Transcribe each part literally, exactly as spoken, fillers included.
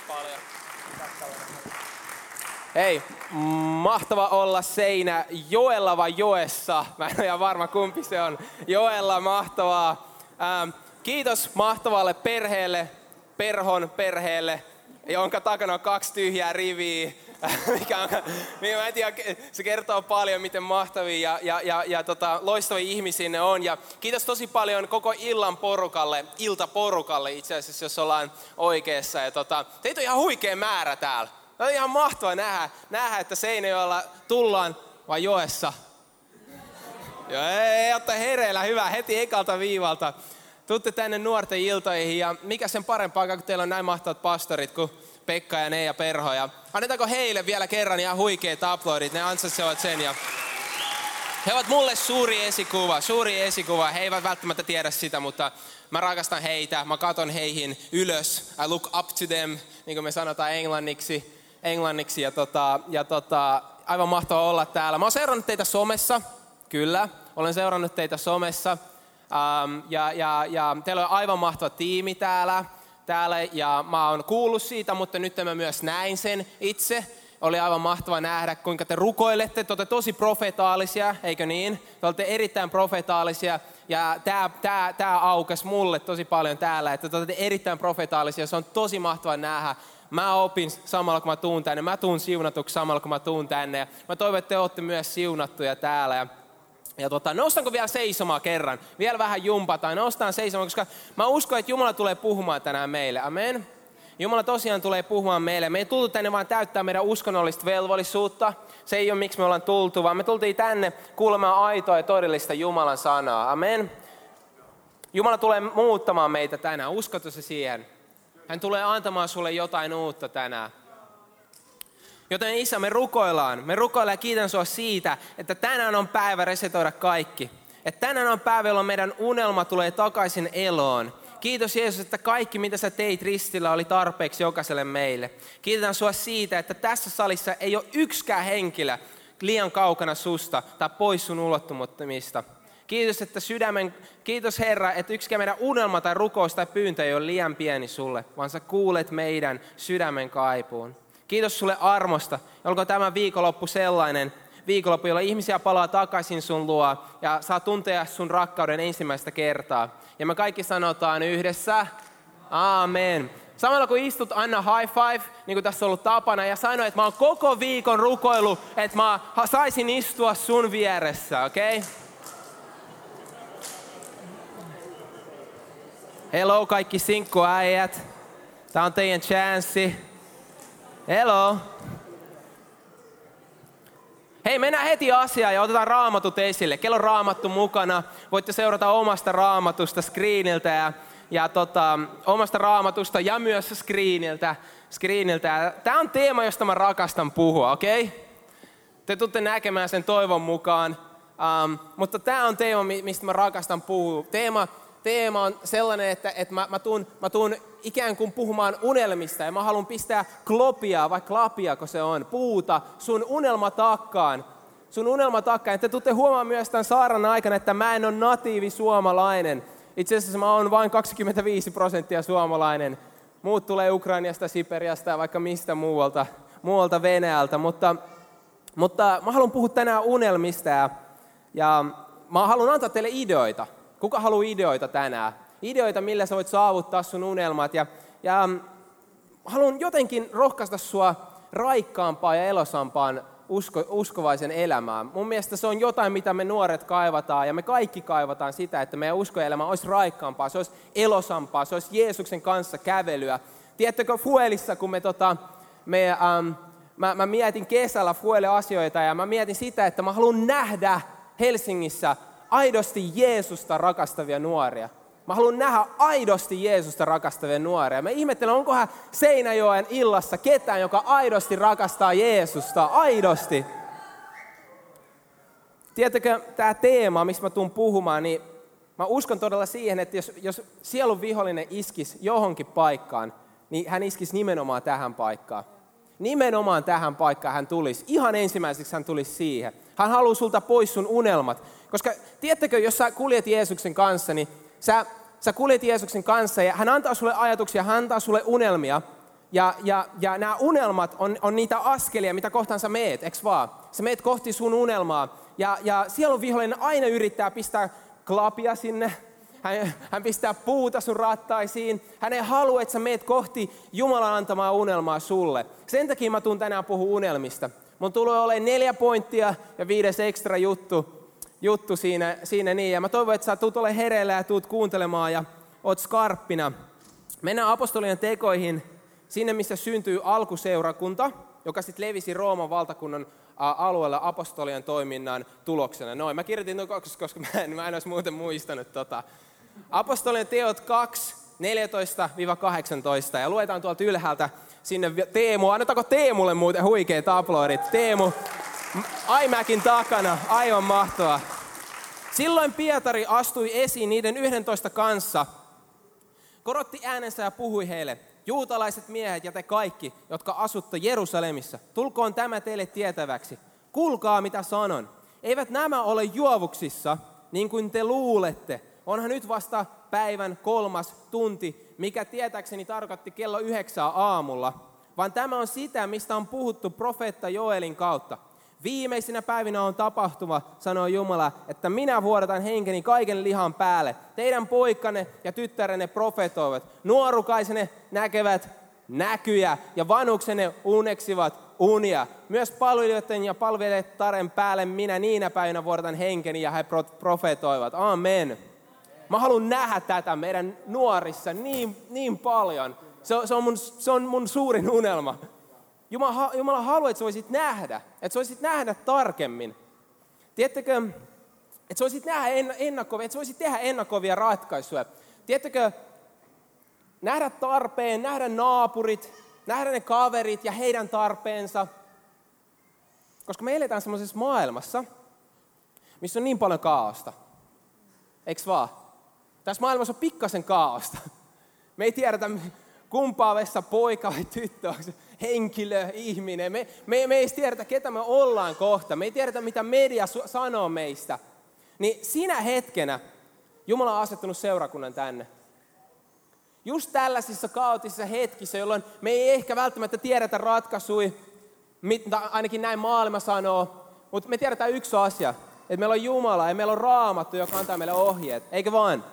paljon. Hei, mahtava olla Seinä joella vai joessa. Mä en ole ihan varma kumpi se on. Joella, mahtavaa. Ähm, kiitos mahtavalle perheelle, Perhon perheelle, jonka takana on kaksi tyhjää riviä. Mikä on, mä en tiedä, se kertoo paljon, miten mahtavia ja, ja, ja, ja tota, loistavia ihmisiä ne on. Ja kiitos tosi paljon koko illan porukalle, iltaporukalle itse asiassa, jos ollaan oikeassa. Ja tota, teitä on ihan huikea määrä täällä. On ihan mahtavaa nähdä, nähdä että Seinäjoella tullaan vai joessa. Joo, ei, ei ottaa hereillä, hyvä, heti ekalta viivalta. Tuutte tänne nuorten iltoihin ja mikä sen parempaa, kun teillä on näin mahtavat pastorit kuin Pekka ja Neija Perho. Ja annetaanko heille vielä kerran ihan huikeat aplodit, ne ansaitsevat sen. Ja he ovat mulle suuri esikuva, suuri esikuva. He eivät välttämättä tiedä sitä, mutta mä rakastan heitä. Mä katon heihin ylös. I look up to them, niin kuin me sanotaan englanniksi. englanniksi. Ja, tota, ja tota, aivan mahtavaa olla täällä. Mä oon seurannut teitä somessa, kyllä. Olen seurannut teitä somessa. Um, ja, ja, ja teillä on aivan mahtava tiimi täällä. täällä. Ja mä oon kuullut siitä, mutta nyt mä myös näin sen itse. Oli aivan mahtava nähdä, kuinka te rukoilette. Te olette tosi profetaalisia, eikö niin? Te olette erittäin profetaalisia. Ja tää, tää, tää aukesi mulle tosi paljon täällä, että te olette erittäin profetaalisia. Se on tosi mahtava nähdä. Mä opin samalla, kun mä tuun tänne. Mä tuun siunatuksi samalla, kun mä tuun tänne. Ja mä toivon, että te olette myös siunattuja täällä. Ja, ja tota, noustaanko vielä seisomaan kerran? Vielä vähän jumpataan. Noustaan seisomaan, koska mä uskon, että Jumala tulee puhumaan tänään meille. Amen. Jumala tosiaan tulee puhumaan meille. Me ei tultu tänne vaan täyttää meidän uskonnollista velvollisuutta. Se ei ole miksi me ollaan tultu, vaan me tultiin tänne kuulemaan aitoa ja todellista Jumalan sanaa. Amen. Jumala tulee muuttamaan meitä tänään. Uskotko se siihen? Hän tulee antamaan sulle jotain uutta tänään. Joten Isä, me rukoillaan. Me rukoillaan ja kiitän sua siitä, että tänään on päivä resetoida kaikki. Että tänään on päivä, jolloin meidän unelma tulee takaisin eloon. Kiitos Jeesus, että kaikki mitä sä teit ristillä oli tarpeeksi jokaiselle meille. Kiitän sua siitä, että tässä salissa ei ole yksikään henkilö liian kaukana susta tai pois sun ulottumattomista. Kiitos, että sydämen, kiitos Herra, että yksikään meidän unelma tai rukous tai pyyntö ei ole liian pieni sulle, vaan sä kuulet meidän sydämen kaipuun. Kiitos sulle armosta. Olkoon tämä viikonloppu sellainen viikonloppu, jolla ihmisiä palaa takaisin sun luo ja saa tuntea sun rakkauden ensimmäistä kertaa. Ja me kaikki sanotaan yhdessä, aamen. Samalla kun istut, anna high five, niin kuin tässä on ollut tapana, ja sano, että mä oon koko viikon rukoillut, että mä saisin istua sun vieressä, okei? Okay? Hello kaikki sinkkuäijät. Tää on teidän chanssi. Hello. Hei, mennään heti asiaan ja otetaan raamatut esille. Kello on raamattu mukana. Voitte seurata omasta raamatusta screeniltä ja, ja tota, omasta raamatusta ja myös screeniltä. screeniltä. Tämä on teema, josta mä rakastan puhua, okei? Okay? Te tuutte näkemään sen toivon mukaan. Um, mutta tämä on teema, mistä mä rakastan puhua. Teema, teema on sellainen, että, että mä, mä, tuun, mä tuun ikään kuin puhumaan unelmista ja mä haluan pistää klopia, vai klapia, kun se on, puuta sun unelmatakkaan. Sun unelmatakkaan. Te tuutte huomaan myös tämän saaran aikana, että mä en ole natiivi suomalainen. Itse asiassa mä oon vain kaksikymmentäviisi prosenttia suomalainen. Muut tulee Ukrainasta, Siperiasta ja vaikka mistä muualta, muualta Venäjältä. Mutta, mutta mä haluan puhua tänään unelmista ja, ja mä haluan antaa teille ideoita. Kuka haluaa ideoita tänään? Ideoita, millä sä voit saavuttaa sun unelmat. Ja, ja haluan jotenkin rohkaista sua raikkaampaan ja elosampaan usko, uskovaisen elämään. Mun mielestä se on jotain, mitä me nuoret kaivataan. Ja me kaikki kaivataan sitä, että meidän uskoelämä olisi raikkaampaa, se olisi elosampaa, se olisi Jeesuksen kanssa kävelyä. Tiedättekö Fuelissa, kun me, tota, me ähm, mä, mä mietin kesällä Fuelle asioita ja mä mietin sitä, että mä haluan nähdä Helsingissä aidosti Jeesusta rakastavia nuoria. Mä haluan nähdä aidosti Jeesusta rakastavia nuoria. Mä ihmettelen, onkohan Seinäjoen illassa ketään, joka aidosti rakastaa Jeesusta. Aidosti. Tiedättekö, tämä teema, mistä mä tuun puhumaan, niin mä uskon todella siihen, että jos, jos sielun vihollinen iskisi johonkin paikkaan, niin hän iskisi nimenomaan tähän paikkaan. Nimenomaan tähän paikkaan hän tulisi. Ihan ensimmäiseksi hän tulisi siihen. Hän haluaa sulta pois sun unelmat. Koska tiedättekö, jos sä kuljet Jeesuksen kanssa, niin sä, sä kuljet Jeesuksen kanssa ja hän antaa sulle ajatuksia, hän antaa sulle unelmia. Ja, ja, ja nämä unelmat on, on niitä askelia, mitä kohtaan sä meet, eks vaan? Sä meet kohti sun unelmaa. Ja, ja sielun vihollinen aina yrittää pistää klapia sinne. Hän, hän pistää puuta sun rattaisiin. Hän ei halua, että sä meet kohti Jumalan antamaa unelmaa sulle. Sen takia mä tuun tänään puhua unelmista. Mun tulee olemaan neljä pointtia ja viides ekstra juttu, juttu siinä, siinä niin. Ja mä toivon, että sä tuut ole hereillä ja tuut kuuntelemaan ja oot skarppina. Mennään apostolien tekoihin. Sinne, missä syntyy alkuseurakunta, joka sitten levisi Rooman valtakunnan alueella apostolien toiminnan tuloksena. Noin, mä kirjoitin tuon kaksi, koska mä en, mä en olisi muuten muistanut tota. Apostolien teot kaksi, neljätoista kahdeksantoista ja luetaan tuolta ylhäältä sinne Teemu. Annetaanko Teemulle muuten huikeat aplodit? Teemu, iMacin takana, aivan mahtavaa. Silloin Pietari astui esiin niiden yhdentoista kanssa, korotti äänensä ja puhui heille. Juutalaiset miehet ja te kaikki, jotka asutte Jerusalemissa, tulkoon tämä teille tietäväksi. Kuulkaa mitä sanon. Eivät nämä ole juovuksissa, niin kuin te luulette. Onhan nyt vasta päivän kolmas tunti, mikä tietääkseni tarkoitti kello yhdeksää aamulla. Vaan tämä on sitä, mistä on puhuttu profeetta Joelin kautta. Viimeisinä päivinä on tapahtuma, sanoo Jumala, että minä vuodatan henkeni kaiken lihan päälle. Teidän poikanne ja tyttärenne profetoivat. Nuorukaisenne näkevät näkyjä ja vanhuksenne uneksivat unia. Myös palvelijoiden ja palvelijoiden päälle minä niinä päivinä vuodatan henkeni ja he profetoivat. Amen. Mä haluan nähdä tätä meidän nuorissa niin, niin paljon. Se, se, on mun, se on mun suurin unelma. Jumala, Jumala haluaa, että sä voisit nähdä, että sä voisit nähdä tarkemmin. Tiedättekö, että sä voisit nähdä ennakkovia, että sä voisit tehdä ennakovia ratkaisuja. Tiedättekö, nähdä tarpeen, nähdä naapurit, nähdä ne kaverit ja heidän tarpeensa. Koska me eletään semmoisessa maailmassa, missä on niin paljon kaaosta. Eiks vaan? Tässä maailmassa on pikkasen kaaosta. Me ei tiedetä, kumpaa vessa poika vai tyttö, onko se henkilö, ihminen. Me, me, me ei tiedetä, ketä me ollaan kohta. Me ei tiedetä, mitä media su- sanoo meistä. Niin sinä hetkenä Jumala on asettanut seurakunnan tänne. Just tällaisissa kaootisissa hetkissä, jolloin me ei ehkä välttämättä tiedetä ratkaisuja, mitä ainakin näin maailma sanoo, mutta me tiedetään yksi asia, että meillä on Jumala ja meillä on Raamattu, joka antaa meille ohjeet, eikö vaan?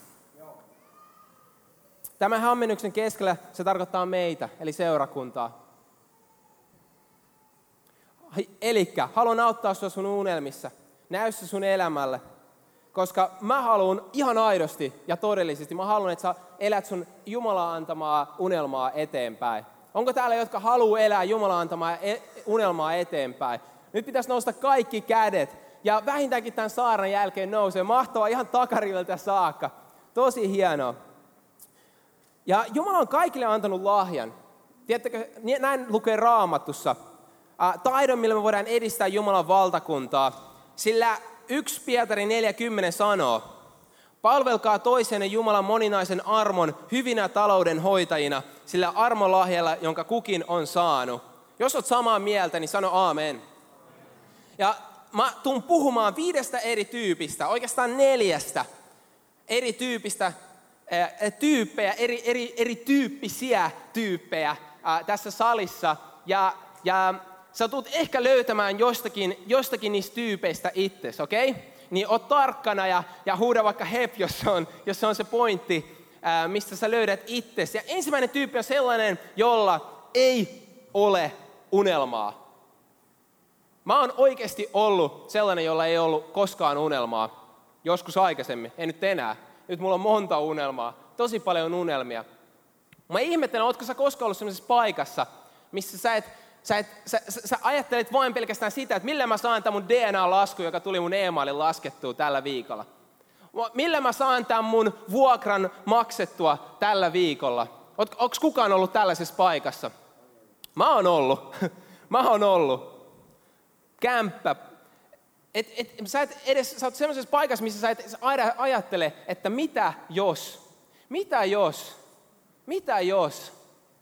Tämän hämmennyksen keskellä se tarkoittaa meitä, eli seurakuntaa. Elikkä haluan auttaa sinua sun unelmissa, näy se sun elämälle, koska mä haluan ihan aidosti ja todellisesti, mä haluan, että sä elät sun Jumalan antamaa unelmaa eteenpäin. Onko täällä, jotka haluaa elää Jumalan antamaa unelmaa eteenpäin? Nyt pitäisi nousta kaikki kädet ja vähintäänkin tämän saaran jälkeen nousee. Mahtavaa ihan takariviltä saakka. Tosi hienoa. Ja Jumala on kaikille antanut lahjan. Tiedättekö, näin lukee Raamatussa. Taidon, millä me voidaan edistää Jumalan valtakuntaa. Sillä yksi Pietari neljä kymmenen sanoo, palvelkaa toisenne Jumalan moninaisen armon hyvinä talouden hoitajina, sillä armolahjalla, jonka kukin on saanut. Jos olet samaa mieltä, niin sano aamen. Ja mä tuun puhumaan viidestä eri tyypistä, oikeastaan neljästä eri tyypistä, ää, tyyppejä, eri, eri, eri tyyppisiä tyyppejä ää, tässä salissa. Ja, ja sä tulet ehkä löytämään jostakin, jostakin niistä tyypeistä itsesi, okei? Okay? Niin oot tarkkana ja, ja huuda vaikka hep, jos se on, jos se, on se pointti, ää, mistä sä löydät itsesi. Ja ensimmäinen tyyppi on sellainen, jolla ei ole unelmaa. Mä oon oikeasti ollut sellainen, jolla ei ollut koskaan unelmaa. Joskus aikaisemmin, ei nyt enää. Nyt mulla on monta unelmaa, tosi paljon unelmia. Mä ihmettelen, ootko sä koskaan ollut sellaisessa paikassa, missä sä et Sä, et, sä, sä, sä ajattelet vain pelkästään sitä, että millä mä saan tämän mun D N A-lasku, joka tuli mun e-mailin laskettua tällä viikolla. Millä mä saan tämän mun vuokran maksettua tällä viikolla. Onko kukaan ollut tällaisessa paikassa? Mä oon ollut. Mä oon ollut. Kämppä. Et, et, sä, et edes, sä oot sellaisessa paikassa, missä sä et ajattele, että mitä jos? Mitä jos? Mitä jos?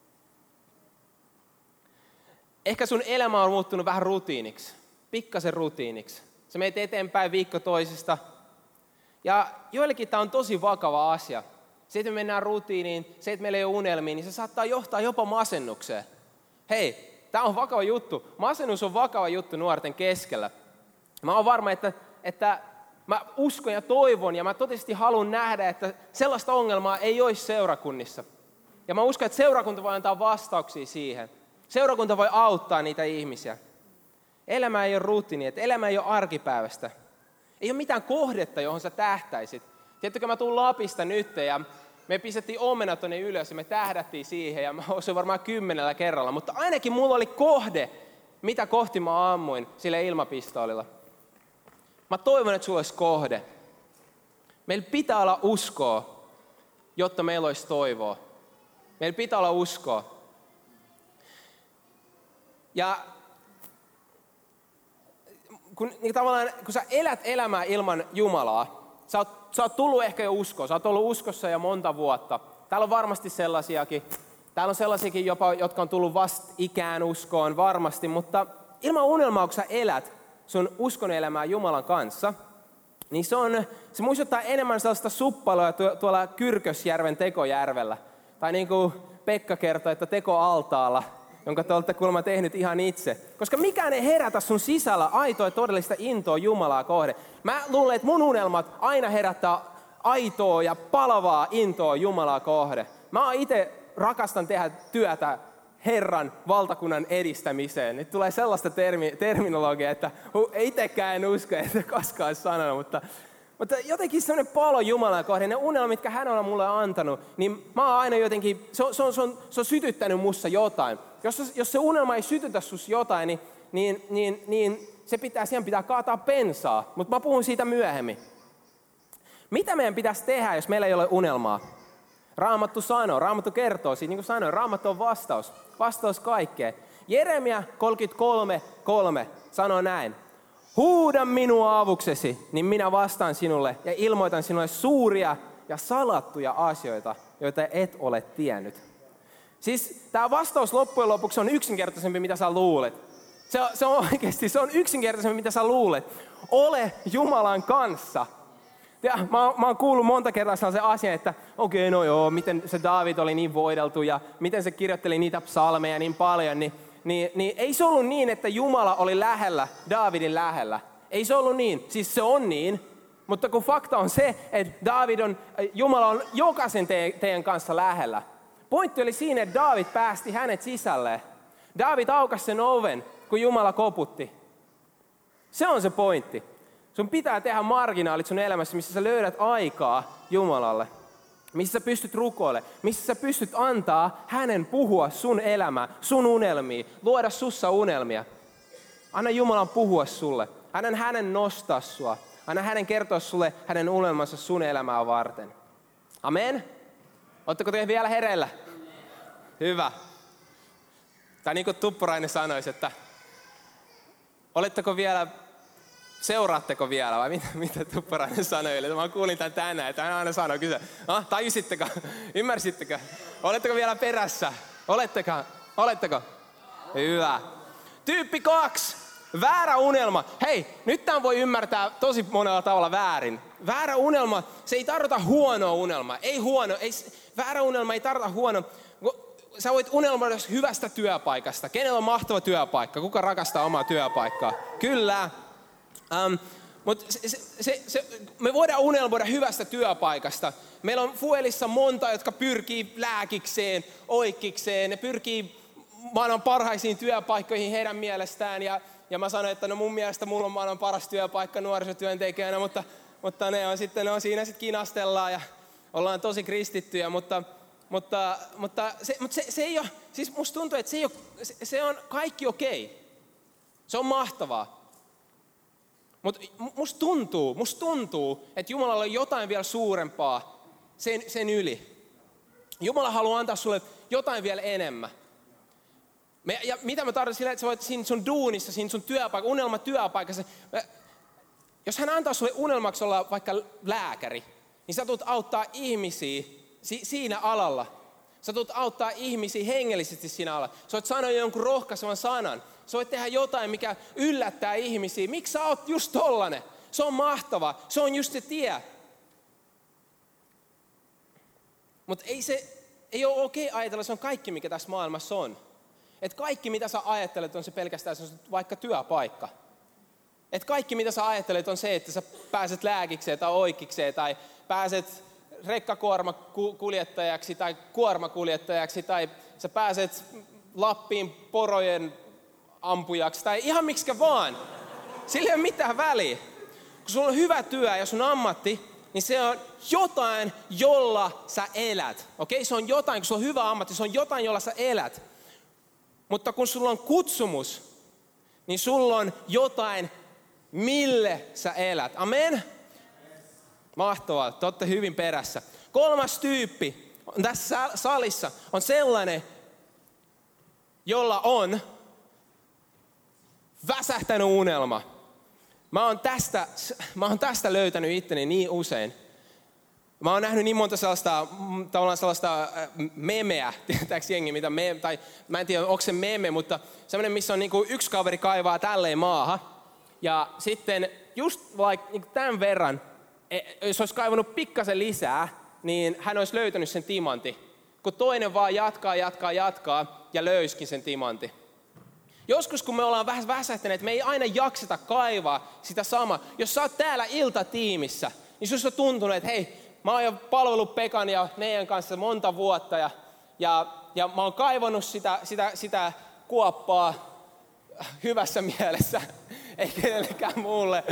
Ehkä sun elämä on muuttunut vähän rutiiniksi, pikkasen rutiiniksi. Sä menet eteenpäin viikko toisesta. Ja joillekin tämä on tosi vakava asia. se, että me mennään rutiiniin, se, että meillä ei ole unelmia, niin se saattaa johtaa jopa masennukseen. Hei, tämä on vakava juttu. Masennus on vakava juttu nuorten keskellä. Mä oon varma, että, että mä uskon ja toivon ja mä totisesti haluan nähdä, että sellaista ongelmaa ei olisi seurakunnissa. Ja mä uskon, että seurakunta voi antaa vastauksia siihen. Seurakunta voi auttaa niitä ihmisiä. Elämä ei ole rutiini, että elämä ei ole arkipäivästä. Ei ole mitään kohdetta, johon sä tähtäisit. Tiedättekö, mä tuun Lapista nyt ja me pistettiin omenat tonne ylös ja me tähdättiin siihen ja mä osuin varmaan kymmenellä kerralla. Mutta ainakin mulla oli kohde, mitä kohti mä ammuin sillä ilmapistoolilla. Mä toivon, että sulla olisi kohde. Meillä pitää olla uskoa, jotta meillä olisi toivoa. Meillä pitää olla uskoa. Ja kun, niin tavallaan, kun sä elät elämää ilman Jumalaa, sä oot, sä oot tullut ehkä jo uskoon, sä oot ollut uskossa jo monta vuotta. Täällä on varmasti sellaisiakin, täällä on sellaisiakin jopa, jotka on tullut vasta ikään uskoon varmasti, mutta ilman unelmaa, kun sä elät sun uskon elämää Jumalan kanssa, niin se, on, se muistuttaa enemmän sellaista suppailua tuolla Kyrkösjärven Tekojärvellä. Tai niin kuin Pekka kertoi, että tekoaltaalla, jonka te olette kuulemma tehnyt ihan itse. Koska mikään ei herätä sun sisällä aitoa ja todellista intoa Jumalaa kohde. Mä luulen, että mun unelmat aina herättää aitoa ja palavaa intoa Jumalaa kohde. Mä itse rakastan tehdä työtä Herran valtakunnan edistämiseen. Nyt tulee sellaista termi, terminologiaa, että itsekään en usko, että koskaan olisi sanonut, mutta, mutta jotenkin sellainen palo Jumalaa kohde, ne unelmat, mitkä hän on mulle antanut, niin mä oon aina jotenkin, se on, se on, se on, se on sytyttänyt mussa jotain. Jos, jos se unelma ei sytytä sus jotain, niin, niin, niin, niin se pitää, siihen pitää kaataa pensaa, mutta mä puhun siitä myöhemmin. Mitä meidän pitäisi tehdä, jos meillä ei ole unelmaa? Raamattu sanoo, Raamattu kertoo siitä, niin kuin sanoin, Raamattu on vastaus, vastaus kaikkeen. Jeremia kolmekymmentäkolme kolme sanoo näin. Huuda minua avuksesi, niin minä vastaan sinulle ja ilmoitan sinulle suuria ja salattuja asioita, joita et ole tiennyt. Siis tämä vastaus loppujen lopuksi on yksinkertaisempi, mitä sä luulet. Se on, se on oikeasti, se on yksinkertaisempi, mitä sä luulet. Ole Jumalan kanssa. Ja mä, mä oon kuullut monta kertaa sellaisen asian, että okei, okay, no joo, miten se Daavid oli niin voideltu ja miten se kirjoitteli niitä psalmeja niin paljon, niin, niin, niin ei se ollut niin, että Jumala oli lähellä, Daavidin lähellä. Ei se ollut niin, siis se on niin, mutta kun fakta on se, että Daavid on, Jumala on jokaisen te, teidän kanssa lähellä. Pointti oli siinä, että Daavid päästi hänet sisälle. Daavid aukasi sen oven, kun Jumala koputti. Se on se pointti. Sun pitää tehdä marginaalit sun elämässä, missä sä löydät aikaa Jumalalle. Missä sä pystyt rukoilemaan. Missä sä pystyt antaa hänen puhua sun elämää, sun unelmia. Luoda sussa unelmia. Anna Jumalan puhua sulle. Anna hänen nostaa sua. Anna hänen kertoa sulle hänen unelmansa sun elämää varten. Amen. Oletteko te vielä hereillä? Hyvä. Tai niin kuin Tuppurainen sanoisi, että oletteko vielä... Seuraatteko vielä vai mitä, mitä Tuppurainen sanoi? Eli mä kuulin tämän tänään, että hän aina sanoo, kysyä, ah, tajusitteko, ymmärsittekö, oletteko vielä perässä? Oletteko? Oletteko? Hyvä. Tyyppi kaksi, väärä unelma. Hei, nyt tämän voi ymmärtää tosi monella tavalla väärin. Väärä unelma, se ei tarkoita huonoa unelmaa. Ei huono, ei, väärä unelma ei tarkoita huono. Sä voit unelmoida hyvästä työpaikasta. Kenellä on mahtava työpaikka? Kuka rakastaa omaa työpaikkaa? Kyllä. Um, mutta se, se, se, se, me voidaan unelmoida hyvästä työpaikasta. Meillä on Fuelissa monta, jotka pyrkii lääkikseen, oikkikseen. Ne pyrkii maailman parhaisiin työpaikkoihin heidän mielestään. Ja, ja mä sanoin, että no mun mielestä mulla on maailman paras työpaikka nuorisotyöntekijänä, mutta, mutta ne on sitten, ne on siinä sitten kinastellaan ja ollaan tosi kristittyjä. Mutta, mutta, mutta, se, mutta se, se ei ole, siis musta tuntuu, että se, ei ole, se, se on kaikki okei. Se on mahtavaa. Mutta musta tuntuu, musta tuntuu, että Jumalalla on jotain vielä suurempaa sen, sen yli. Jumala haluaa antaa sulle jotain vielä enemmän. Me, ja mitä mä tarkoitan sillä, että sä voit siinä sun duunissa, siinä sun työpaikassa, unelmatyöpaikassa. Jos hän antaa sulle unelmaksi olla vaikka lääkäri, niin sä tulet auttaa ihmisiä si, siinä alalla. Sä tulet auttaa ihmisiä hengellisesti siinä alalla. Sä voit sanoa jonkun rohkaisevan sanan. Sä voit tehdä jotain, mikä yllättää ihmisiä. Miksi sä oot just tollanen? Se on mahtava. Se on just se tie. Mutta ei se ei ole okei ajatella, se on kaikki, mikä tässä maailmassa on. Että kaikki, mitä sä ajattelet, on se pelkästään se vaikka työpaikka. Että kaikki, mitä sä ajattelet, on se, että sä pääset lääkikseen tai oikikseen tai pääset rekkakuormakuljettajaksi tai kuormakuljettajaksi tai sä pääset Lappiin porojen ampujaksi tai ihan miksikä vaan. Sillä ei ole mitään väliä. Kun sulla on hyvä työ ja sun ammatti, niin se on jotain, jolla sä elät. Okei, se on jotain, kun sulla on hyvä ammatti, se on jotain, jolla sä elät. Mutta kun sulla on kutsumus, niin sulla on jotain, mille sä elät. Amen? Mahtavaa, te olette hyvin perässä. Kolmas tyyppi tässä salissa on sellainen, jolla on väsähtänyt unelma. Mä oon tästä, mä oon tästä löytänyt itteni niin usein. Mä oon nähnyt niin monta sellaista, tavallaan sellaista memeä, tietääks jengi, mitä me, tai mä en tiedä, onko se meme, mutta semmoinen, missä on niinku yksi kaveri kaivaa tälleen maahan. Ja sitten just like, niin tämän verran, jos olisi kaivannut pikkasen lisää, niin hän olisi löytänyt sen timantin. Kun toinen vaan jatkaa, jatkaa, jatkaa ja löyskin sen timantin. Joskus kun me ollaan vähän väsähtäneet, me ei aina jakseta kaivaa sitä samaa. Jos sä oot täällä iltatiimissä, niin susta on tuntunut, että hei, mä oon jo palvellut Pekan ja Neijan kanssa monta vuotta ja, ja, ja mä oon kaivannut sitä, sitä, sitä kuoppaa hyvässä mielessä, ei kenellekään muulle.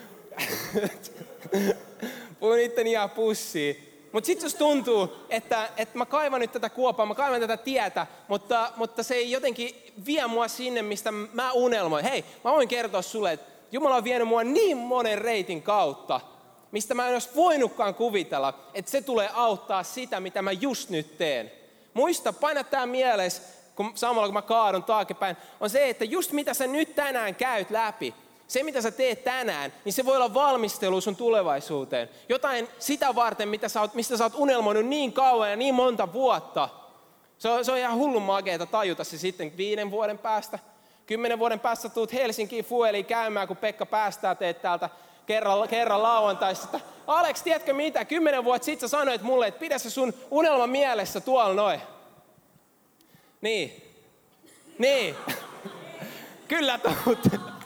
Puhun itteni ihan pussiin. Mutta sitten jos tuntuu, että, että mä kaivan nyt tätä kuopaa, mä kaivan tätä tietä, mutta, mutta se ei jotenkin vie mua sinne, mistä mä unelmoin. Hei, mä voin kertoa sulle, että Jumala on vienyt mua niin monen reitin kautta, mistä mä en olisi voinutkaan kuvitella, että se tulee auttaa sitä, mitä mä just nyt teen. Muista, paina tää mielessä, kun samalla kun mä kaadun taaksepäin, on se, että just mitä sä nyt tänään käyt läpi, se, mitä sä teet tänään, niin se voi olla valmistelu sun tulevaisuuteen. Jotain sitä varten, mitä sä oot, mistä sä oot unelmoinut niin kauan ja niin monta vuotta. Se on, se on ihan hullun makeeta tajuta se sitten viiden vuoden päästä. Kymmenen vuoden päästä tuut Helsinkiin Fueliin käymään, kun Pekka päästää teet täältä kerran, kerran lauantaista. Alex, tiedätkö mitä? Kymmenen vuotta sitten sä sanoit mulle, että pidä se sun unelma mielessä tuolla noin. Niin. Niin. Kyllä tuut.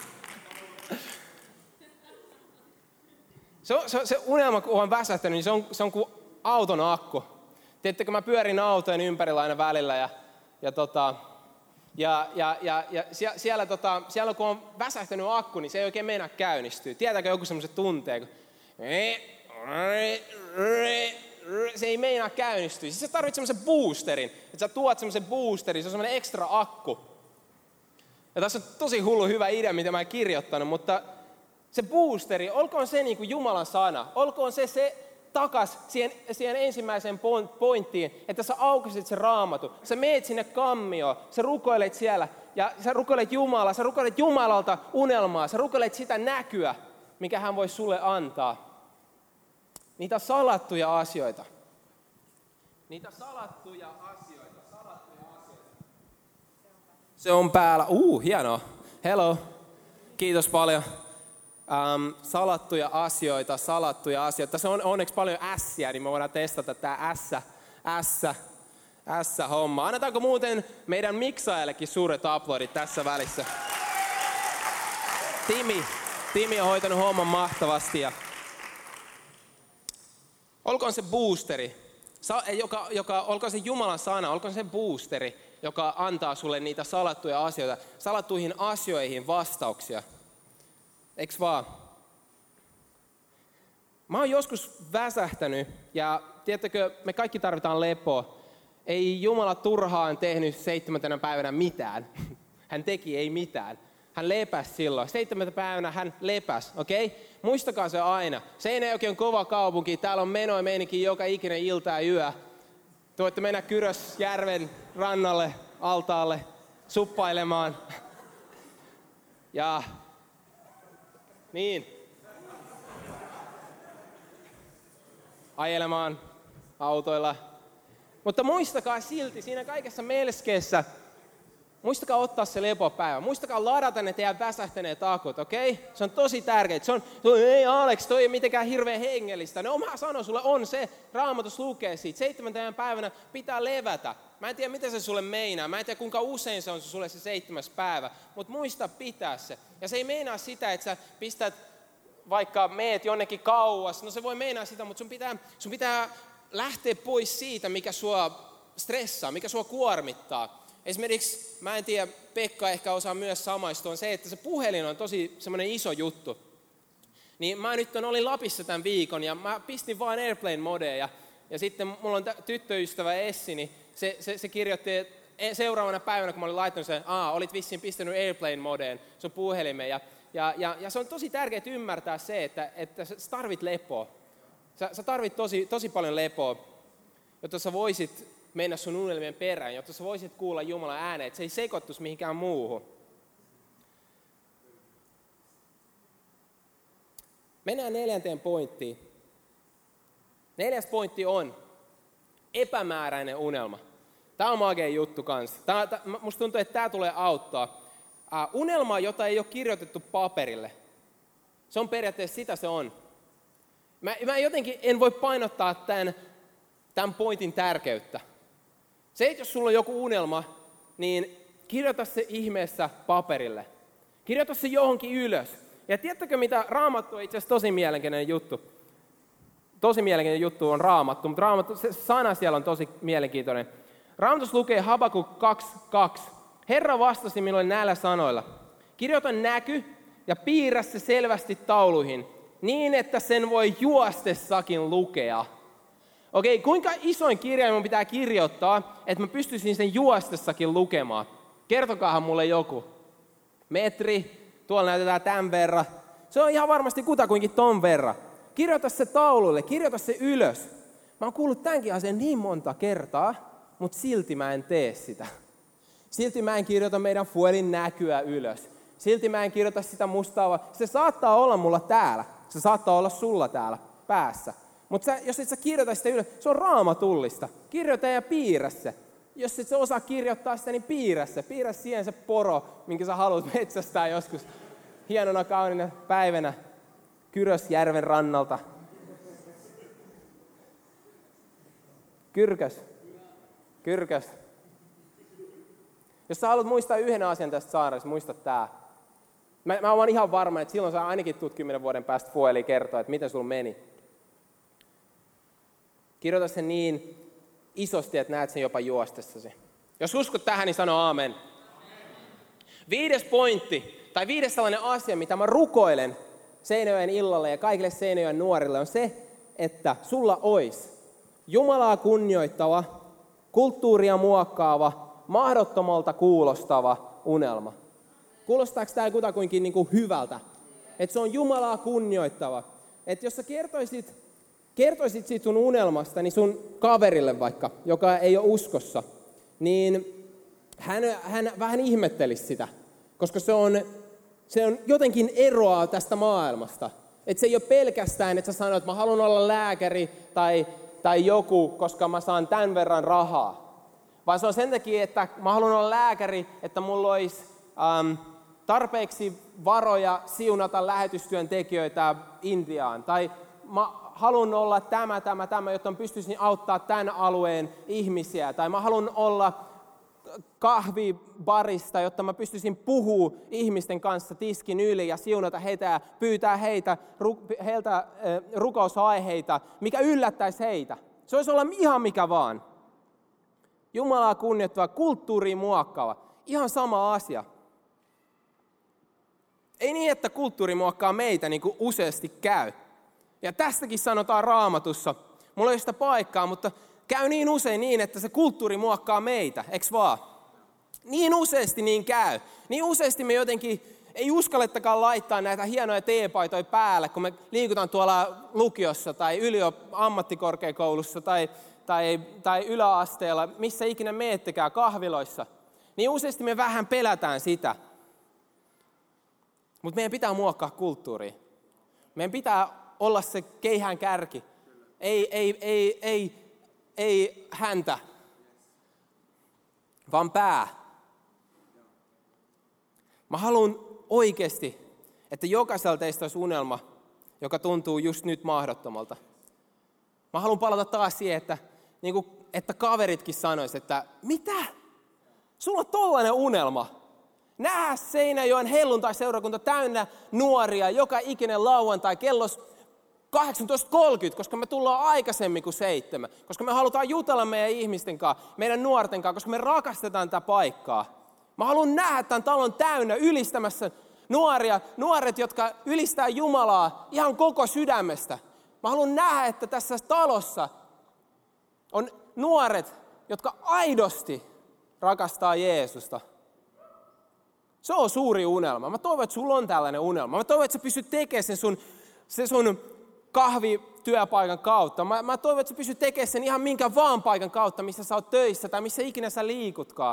Se, se, se unelma, kun on väsähtänyt, niin se on, se on kuin auton akku. Tiedättekö, mä pyörin autojen ympärillä aina välillä ja, ja, tota, ja, ja, ja, ja siellä, siellä, tota, siellä kun on väsähtänyt akku, niin se ei oikein meinaa käynnistyä. Tiedätkö joku semmoisen tunteen, kun se ei meinaa käynnistyä. Siis sä tarvitset semmoisen boosterin, että sä tuot semmoisen boosterin, se on semmoinen ekstra akku. Ja tässä on tosi hullu hyvä idea, mitä mä en kirjoittanut, mutta se boosteri, olkoon se niin kuin Jumalan sana, olkoon se se takas siihen, siihen ensimmäiseen pointtiin, että sä aukasit se Raamatun, sä meet sinne kammioon, sä rukoilet siellä ja sä rukoilet Jumalaa, sä rukoilet Jumalalta unelmaa, sä rukoilet sitä näkyä, mikä hän voi sulle antaa. Niitä salattuja asioita. Niitä salattuja asioita, salattuja asioita. Se on päällä. Uh, hienoa. Hello. Kiitos paljon. Um, salattuja asioita, salattuja asioita. Tässä on onneksi paljon ässiä, niin me voidaan testata tää ässä, ässä, ässä homma. Annetaanko muuten meidän miksaajallekin suuret aplodit tässä välissä? Timi, Timi on hoitanut homman mahtavasti. Ja olkoon se boosteri, joka, joka, olkoon se Jumalan sana, olkoon se boosteri, joka antaa sulle niitä salattuja asioita, salattuihin asioihin vastauksia. Eiks vaan? Mä oon joskus väsähtänyt ja tiedättekö, me kaikki tarvitaan lepoa. Ei Jumala turhaan tehnyt seitsemäntenä päivänä mitään. Hän teki ei mitään. Hän lepäsi silloin. Seitsemäntenä päivänä hän lepäsi, okei? Okay? Muistakaa se aina. Seinäjoki on kova kaupunki. Täällä on menoa meininkin joka ikinen ilta ja yö. Te voitte mennä Kyrösjärven rannalle, altaalle, suppailemaan. Ja niin. Ajelemaan autoilla. Mutta muistakaa silti siinä kaikessa melskeessä, Muistakaa ottaa se lepopäivä. Muistakaa ladata ne teidän väsähtäneet akut, okei? Okay? Se on tosi tärkeää. Se on, ei Alex, toi ei mitenkään hirveän hengellistä. No mä sanon sulle, on se. Raamatus lukee siitä. Seitsemäntenä päivänä pitää levätä. Mä en tiedä, mitä se sulle meinaa. Mä en tiedä, kuinka usein se on sulle se seitsemäs päivä. Mutta muista pitää se. Ja se ei meinaa sitä, että sä pistät, vaikka meet jonnekin kauas. No se voi meinaa sitä, mutta sun pitää, sun pitää lähteä pois siitä, mikä sua stressaa, mikä sua kuormittaa. Esimerkiksi, mä en tiedä, Pekka ehkä osaa myös samaistua, on se, että se puhelin on tosi semmoinen iso juttu. Niin mä nyt olin Lapissa tämän viikon ja mä pistin vaan airplane modeen ja, ja sitten mulla on t- tyttöystävä Essi, niin se, se, se kirjoitti, että seuraavana päivänä, kun mä olin laittanut sen, aa, olit vissiin pistänyt airplane modeen sun puhelimeen. Ja, ja, ja, ja se on tosi tärkeää ymmärtää se, että, että sä tarvit lepoa. Sä, sä tarvit tosi, tosi paljon lepoa, jotta sä voisit mennä sun unelmien perään, jotta sä voisit kuulla Jumalan ääneen, että se ei sekoittuisi mihinkään muuhun. Mennään neljänteen pointtiin. Neljäs pointti on epämääräinen unelma. Tämä on magea juttu kanssa. Tämä, tämä, musta tuntuu, että tämä tulee auttaa. Uh, unelma, jota ei ole kirjoitettu paperille. Se on periaatteessa sitä se on. Mä, mä jotenkin en voi painottaa tämän, tämän pointin tärkeyttä. Se, että jos sulla on joku unelma, niin kirjoita se ihmeessä paperille. Kirjoita se johonkin ylös. Ja tiedättekö mitä? Raamattu on itse asiassa tosi mielenkiintoinen juttu. Tosi mielenkiintoinen juttu on Raamattu, mutta Raamattu, se sana siellä on tosi mielenkiintoinen. Raamatus lukee Habakuk kaksi kaksi. Herra vastasi minulle näillä sanoilla. Kirjoita näky ja piirrä se selvästi tauluihin, niin että sen voi juostessakin lukea. Okei, kuinka isoin kirja minun pitää kirjoittaa, että mä pystyisin sen juostessakin lukemaan? Kertokaahan mulle joku. Metri, tuolla näytetään tämän verran. Se on ihan varmasti kutakuinkin ton verran. Kirjoita se taululle, kirjoita se ylös. Mä oon kuullut tämänkin asian niin monta kertaa, mutta silti mä en tee sitä. Silti mä en kirjoita meidän fuelin näkyä ylös. Silti mä en kirjoita sitä mustaa. Se saattaa olla mulla täällä. Se saattaa olla sulla täällä päässä. Mutta jos et sä kirjoita sitä ylös, se on raamatullista. Kirjoita ja piirrä se. Jos et sä osaa kirjoittaa sitä, niin piirrä se. Piirrä siihen se poro, minkä sä haluat metsästää joskus hienona kaunina päivänä Kyrösjärven rannalta. Kyrkös. Kyrkös. Jos sä haluat muistaa yhden asian tästä saaresta, muista tää. Mä, mä oon ihan varma, että silloin sä ainakin tulet kymmenen vuoden päästä fueliin kertoa, että miten sulla meni. Kirjoita sen niin isosti, että näet sen jopa juostessasi. Jos uskot tähän, niin sano aamen. Viides pointti, tai viides sellainen asia, mitä mä rukoilen Seinäjoen illalle ja kaikille Seinäjoen nuorille, on se, että sulla olisi Jumalaa kunnioittava, kulttuuria muokkaava, mahdottomalta kuulostava unelma. Kuulostaako tämä kutakuinkin niin kuin hyvältä? Että se on Jumalaa kunnioittava. Että jos sä kertoisit, kertoisit siitä sun unelmasta, niin sun kaverille vaikka, joka ei ole uskossa, niin hän, hän vähän ihmettelisi sitä. Koska se on, se on jotenkin eroaa tästä maailmasta. Että se ei ole pelkästään, että sä sanot, että mä haluan olla lääkäri tai, tai joku, koska mä saan tämän verran rahaa. Vaan se on sen takia, että mä haluan olla lääkäri, että mulla olisi ähm, tarpeeksi varoja siunata lähetystyöntekijöitä Intiaan. Tai mä haluan olla tämä, tämä, tämä, jotta mä pystyisin auttaa tämän alueen ihmisiä. Tai mä haluan olla kahvibarista, jotta mä pystyisin puhua ihmisten kanssa tiskin yli ja siunata heitä ja pyytää heitä, ru, heiltä äh, rukousaiheita, mikä yllättäisi heitä. Se olisi olla ihan mikä vaan. Jumalaa kunnioittava, kulttuuriin muokkaava. Ihan sama asia. Ei niin, että kulttuuri muokkaa meitä niin kuin useasti käy. Ja tästäkin sanotaan Raamatussa. Mulla ei ole sitä paikkaa, mutta käy niin usein niin, että se kulttuuri muokkaa meitä. Eks vaan? Niin useasti niin käy. Niin useasti me jotenkin ei uskallettakaan laittaa näitä hienoja teepaitoja päälle, kun me liikutaan tuolla lukiossa tai yliop- ammattikorkeakoulussa tai Tai, tai yläasteella, missä ikinä meettekään, kahviloissa, niin useasti me vähän pelätään sitä. Mutta meidän pitää muokkaa kulttuuria. Meidän pitää olla se keihään kärki. Ei, ei, ei, ei, ei häntä, vaan pää. Mä haluan oikeasti, että jokaisella teistä olisi unelma, joka tuntuu just nyt mahdottomalta. Mä haluan palata taas siihen, että, niin kuin, että kaveritkin sanoisivat, että mitä? Sulla on tollainen unelma. Nähdä Seinäjoen helluntai-seurakunta täynnä nuoria joka ikinen lauantai kello kahdeksantoista kolmekymmentä, koska me tullaan aikaisemmin kuin seitsemän. Koska me halutaan jutella meidän ihmisten kanssa, meidän nuorten kanssa, koska me rakastetaan tätä paikkaa. Mä haluan nähdä tämän talon täynnä ylistämässä nuoria, nuoret, jotka ylistää Jumalaa ihan koko sydämestä. Mä haluan nähdä, että tässä talossa on nuoret, jotka aidosti rakastaa Jeesusta. Se on suuri unelma. Mä toivon, että sulla on tällainen unelma. Mä toivon, että sä pystyt tekemään sen sun, sen sun kahvityöpaikan kautta. Mä, mä toivon, että sä pystyt tekemään sen ihan minkä vaan paikan kautta, missä sä oot töissä tai missä ikinä sä liikutkaan.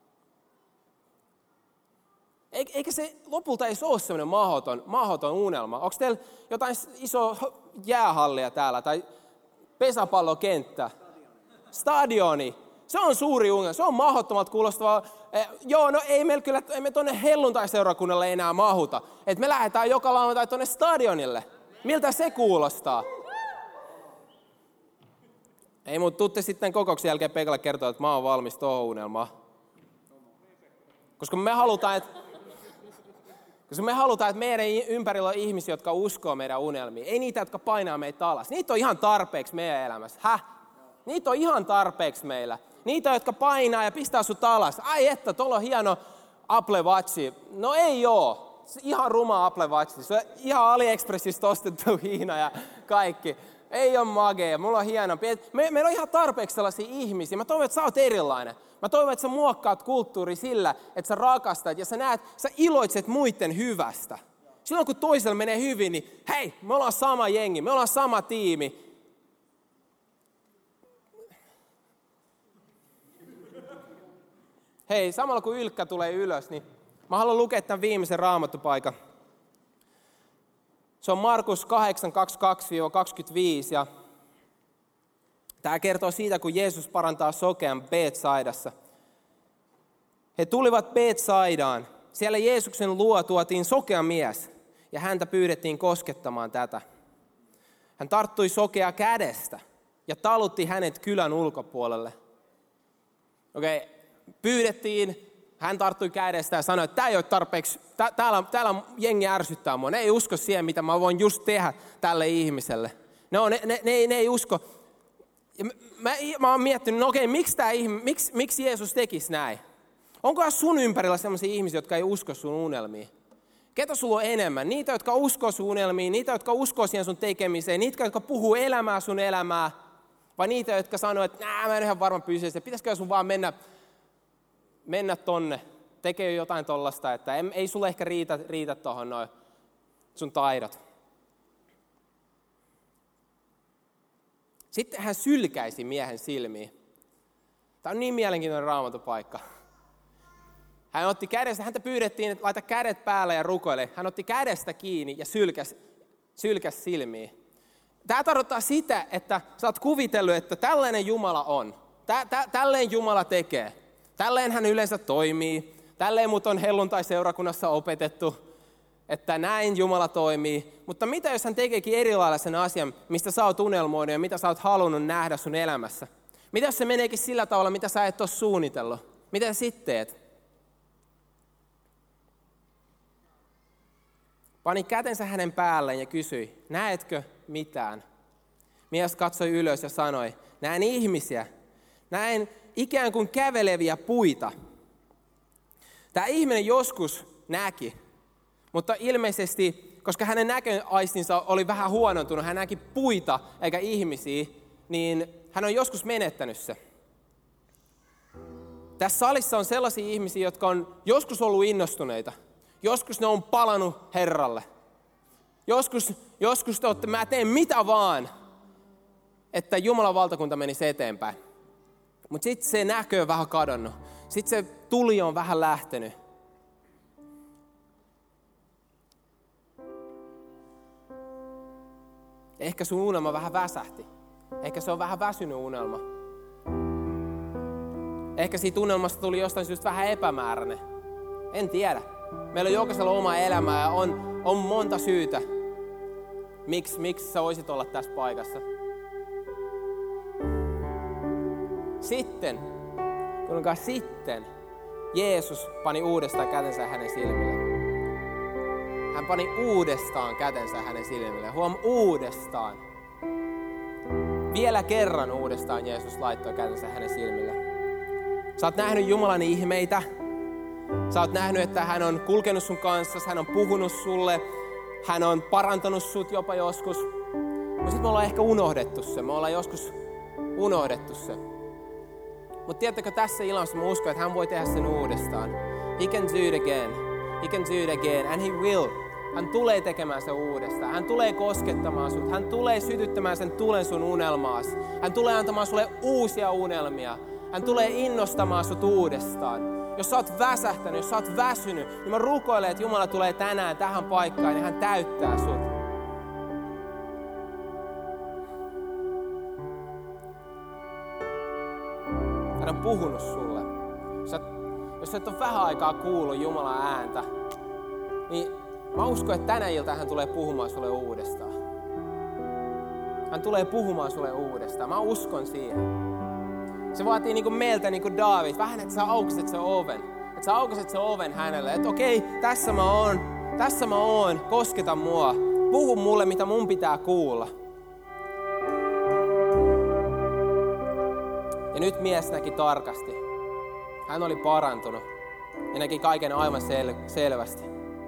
Eikä se lopulta ei ole sellainen mahdoton, mahdoton unelma. Onko teillä jotain isoa jäähallia täällä tai pesäpallokenttä? Stadioni. Se on suuri unelma. Se on mahdottomalta kuulostavaa. Eh, joo, no ei meillä kyllä, ei me tuonne helluntai-seurakunnalle enää mahuta. Et me lähdetään joka lauantai tuonne stadionille. Miltä se kuulostaa? Ei, mutta tuutte sitten kokouksen jälkeen Pekalle kertoa, että mä oon valmis tuohon unelmaan. Koska me halutaan, että Koska me halutaan, että meidän ympärillä on ihmisiä, jotka uskoo meidän unelmiin. Ei niitä, jotka painaa meitä alas. Niitä on ihan tarpeeksi meidän elämässä. Häh? Niitä on ihan tarpeeksi meillä. Niitä, jotka painaa ja pistää sut alas. Ai että, tuolla on hieno Apple Watch. No ei oo. Se ihan ruma Apple Watch. Se on ihan AliExpressistä ostettu Hiina ja kaikki. Ei ole magea. Mulla on hieno. Me, meillä on ihan tarpeeksi sellaisia ihmisiä. Mä toivon, että sä oot erilainen. Mä toivon, että sä muokkaat kulttuuri sillä, että sä rakastat ja sä näet, sä iloitset muiden hyvästä. Silloin kun toisella menee hyvin, niin hei, me ollaan sama jengi, me ollaan sama tiimi. Hei, samalla kun Ylkkä tulee ylös, niin mä haluan lukea tämän viimeisen raamattupaikan. Se on Markus kahdeksan kaksikymmentäkaksi kaksikymmentäviisi ja tämä kertoo siitä, kun Jeesus parantaa sokean Betsaidassa. He tulivat Betsaidaan. Siellä Jeesuksen luo tuotiin sokea mies ja häntä pyydettiin koskettamaan tätä. Hän tarttui sokea kädestä ja talutti hänet kylän ulkopuolelle. Okei, okay, pyydettiin, hän tarttui kädestä ja sanoi, että tämä ei ole tarpeeksi, täällä, täällä jengi ärsyttää mua. Ne ei usko siihen, mitä mä voin just tehdä tälle ihmiselle. No, ne, ne, ne, ne ei usko. Ja mä, mä, mä oon miettinyt, no okei, miksi, tää, miksi, miksi Jeesus tekisi näin? Onko sun ympärillä sellaisia ihmisiä, jotka ei usko sun unelmiin? Ketä sulla on enemmän? Niitä, jotka uskoo sun unelmiin, niitä, jotka uskoo siihen sun tekemiseen, niitä, jotka puhuu elämää sun elämää, vai niitä, jotka sanoo, että nää, mä en ihan varma pysyä, pitäisikö sun vaan mennä, mennä tonne, tekee jotain tollasta, että ei, ei sulle ehkä riitä, riitä tohon noin sun taidot. Sitten hän sylkäisi miehen silmiin. Tämä on niin mielenkiintoinen raamatupaikka. Hän otti kädestä, häntä pyydettiin, että laita kädet päälle ja rukoile. Hän otti kädestä kiinni ja sylkäsi, sylkäsi silmiin. Tämä tarkoittaa sitä, että sä oot kuvitellut, että tällainen Jumala on. Tä, tä, tälleen Jumala tekee. Tälleen hän yleensä toimii. Tälleen mut on helluntai-seurakunnassa opetettu, että näin Jumala toimii. Mutta mitä jos hän tekeekin erilaisen asian, mistä sä oot unelmoinut ja mitä sä oot halunnut nähdä sun elämässä? Mitä jos se meneekin sillä tavalla, mitä sä et ole suunnitellut? Mitä sä sitten teet? Pani kätensä hänen päälleen ja kysyi, näetkö mitään? Mies katsoi ylös ja sanoi, näen ihmisiä, näen ikään kuin käveleviä puita. Tämä ihminen joskus näki, mutta ilmeisesti, koska hänen näköaistinsa oli vähän huonontunut, hän näki puita eikä ihmisiä, niin hän on joskus menettänyt se. Tässä salissa on sellaisia ihmisiä, jotka on joskus ollut innostuneita. Joskus ne on palannut Herralle. Joskus, joskus te olette, mä teen mitä vaan, että Jumalan valtakunta menisi eteenpäin. Mutta sitten se näkö on vähän kadonnut. Sitten se tuli on vähän lähtenyt. Ehkä sun unelma vähän väsähti. Ehkä se on vähän väsynyt unelma. Ehkä siitä unelmasta tuli jostain syystä vähän epämääräinen. En tiedä. Meillä on jokaisella oma elämä ja on, on monta syytä, miksi, miksi sä voisit olla tässä paikassa. Sitten, kuinka sitten Jeesus pani uudestaan kätensä hänen silmille. Hän pani uudestaan kätensä hänen silmille. Huom, uudestaan. Vielä kerran uudestaan Jeesus laittoi kätensä hänen silmille. Sä oot nähnyt Jumalan ihmeitä. Sä oot nähnyt, että hän on kulkenut sun kanssa, hän on puhunut sulle, hän on parantanut sut jopa joskus. Mutta sitten me ollaan ehkä unohdettu se, me ollaan joskus unohdettu se. Mutta tiedättekö, tässä illassa mä uskon, että hän voi tehdä sen uudestaan. He can do it again. He can do it again and he will. Hän tulee tekemään sen uudestaan. Hän tulee koskettamaan sut. Hän tulee sytyttämään sen tulen sun unelmaas. Hän tulee antamaan sulle uusia unelmia. Hän tulee innostamaan sut uudestaan. Jos sä oot väsähtänyt, jos sä oot väsynyt, niin mä rukoilen, että Jumala tulee tänään tähän paikkaan ja hän täyttää sut. Hän on puhunut sulle. Jos sä, jos sä et ole vähän aikaa kuullut Jumalan ääntä, niin mä uskon, että tänä ilta hän tulee puhumaan sulle uudestaan. Hän tulee puhumaan sulle uudestaan. Mä uskon siihen. Se vaatii niinku meiltä niinku Daavid, vähän että sä aukaset sen oven. Että sä aukaset sen oven hänelle, että okei, tässä mä oon, tässä mä oon, kosketa mua. Puhu mulle, mitä mun pitää kuulla. Ja nyt mies näki tarkasti. Hän oli parantunut ja näki kaiken aivan sel- selvästi.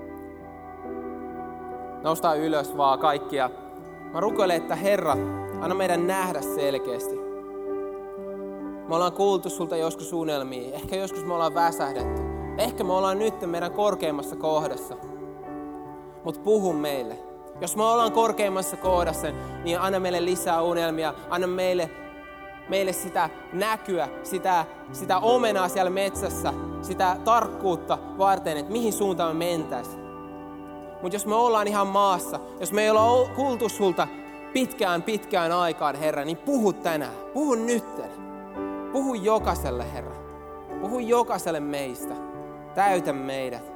Noustaan ylös vaan kaikkia. Mä rukoilen, että Herra, anna meidän nähdä selkeästi. Me ollaan kuultu sulta joskus unelmia. Ehkä joskus me ollaan väsähdetty. Ehkä me ollaan nyt meidän korkeimmassa kohdassa. Mutta puhu meille. Jos me ollaan korkeimmassa kohdassa, niin anna meille lisää unelmia. Anna meille, meille sitä näkyä, sitä, sitä omenaa siellä metsässä, sitä tarkkuutta varten, että mihin suuntaan me mentäisiin. Mutta jos me ollaan ihan maassa, jos me ei olla kuultu sulta pitkään pitkään aikaan, Herra, niin puhu tänään. Puhu nytten. Puhu jokaiselle, Herra. Puhu jokaiselle meistä. Täytä meidät.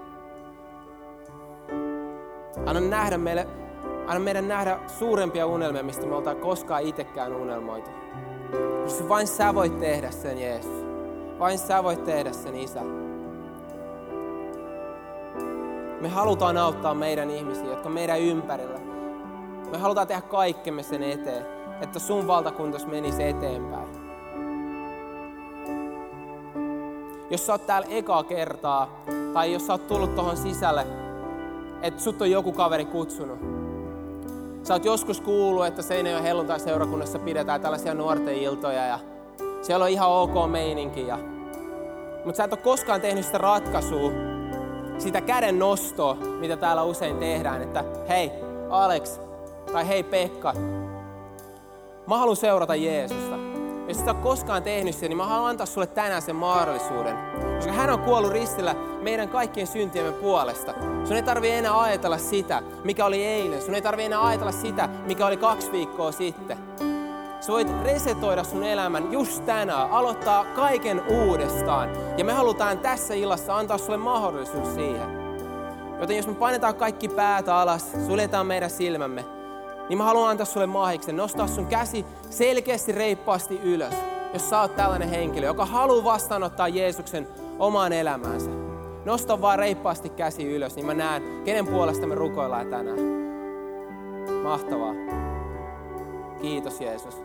Anna, nähdä meille, anna meidän nähdä suurempia unelmia, mistä me oltaan koskaan itsekään unelmoitu. Koska vain sä voit tehdä sen, Jeesus. Vain sä voit tehdä sen, Isä. Me halutaan auttaa meidän ihmisiä, jotka on meidän ympärillä. Me halutaan tehdä kaikkemme sen eteen, että sun valtakuntas menisi eteenpäin. Jos sä oot täällä ekaa kertaa, tai jos sä oot tullut tohon sisälle, että sut on joku kaveri kutsunut. Sä oot joskus kuullut, että Seinäjoen helluntai-seurakunnassa pidetään tällaisia nuorten iltoja ja siellä on ihan ok meininki. Ja... Mutta sä et ole koskaan tehnyt sitä ratkaisua, sitä käden nostoa, mitä täällä usein tehdään, että hei Alex tai hei Pekka, mä haluan seurata Jeesusta. Jos et ole koskaan tehnyt sen, niin mä haluan antaa sulle tänään sen mahdollisuuden. Koska hän on kuollut ristillä meidän kaikkien syntiemme puolesta. Sun ei tarvitse enää ajatella sitä, mikä oli eilen. Sun ei tarvitse enää ajatella sitä, mikä oli kaksi viikkoa sitten. Sä voit resetoida sun elämän just tänään, aloittaa kaiken uudestaan. Ja me halutaan tässä illassa antaa sulle mahdollisuus siihen. Joten jos me painetaan kaikki päät alas, suljetaan meidän silmämme, niin mä haluan antaa sulle mahiksen, nostaa sun käsi selkeästi reippaasti ylös. Jos sä oot tällainen henkilö, joka haluaa vastaanottaa Jeesuksen omaan elämäänsä. Nosta vaan reippaasti käsi ylös, niin mä näen, kenen puolesta me rukoillaan tänään. Mahtavaa. Kiitos Jeesus.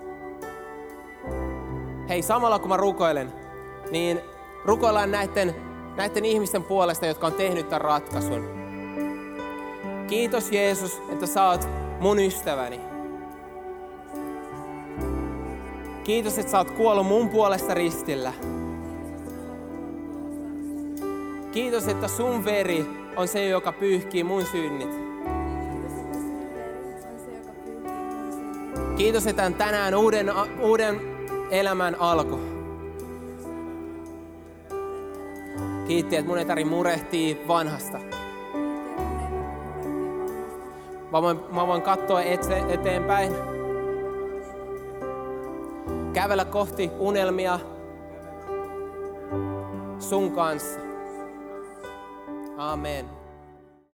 Hei, samalla kun mä rukoilen, niin rukoillaan näiden, näiden ihmisten puolesta, jotka on tehnyt tämän ratkaisun. Kiitos Jeesus, että sä oot mun ystäväni. Kiitos, että sä oot kuollut mun puolesta ristillä. Kiitos, että sun veri on se, joka pyyhkii mun synnit. Kiitos, että on tänään uuden, uuden elämän alku. Kiitti, että mun ei tarvitse murehtia vanhasta. Mä voin, mä voin katsoa etse, eteenpäin. Kävellä kohti unelmia sun kanssa. Amen.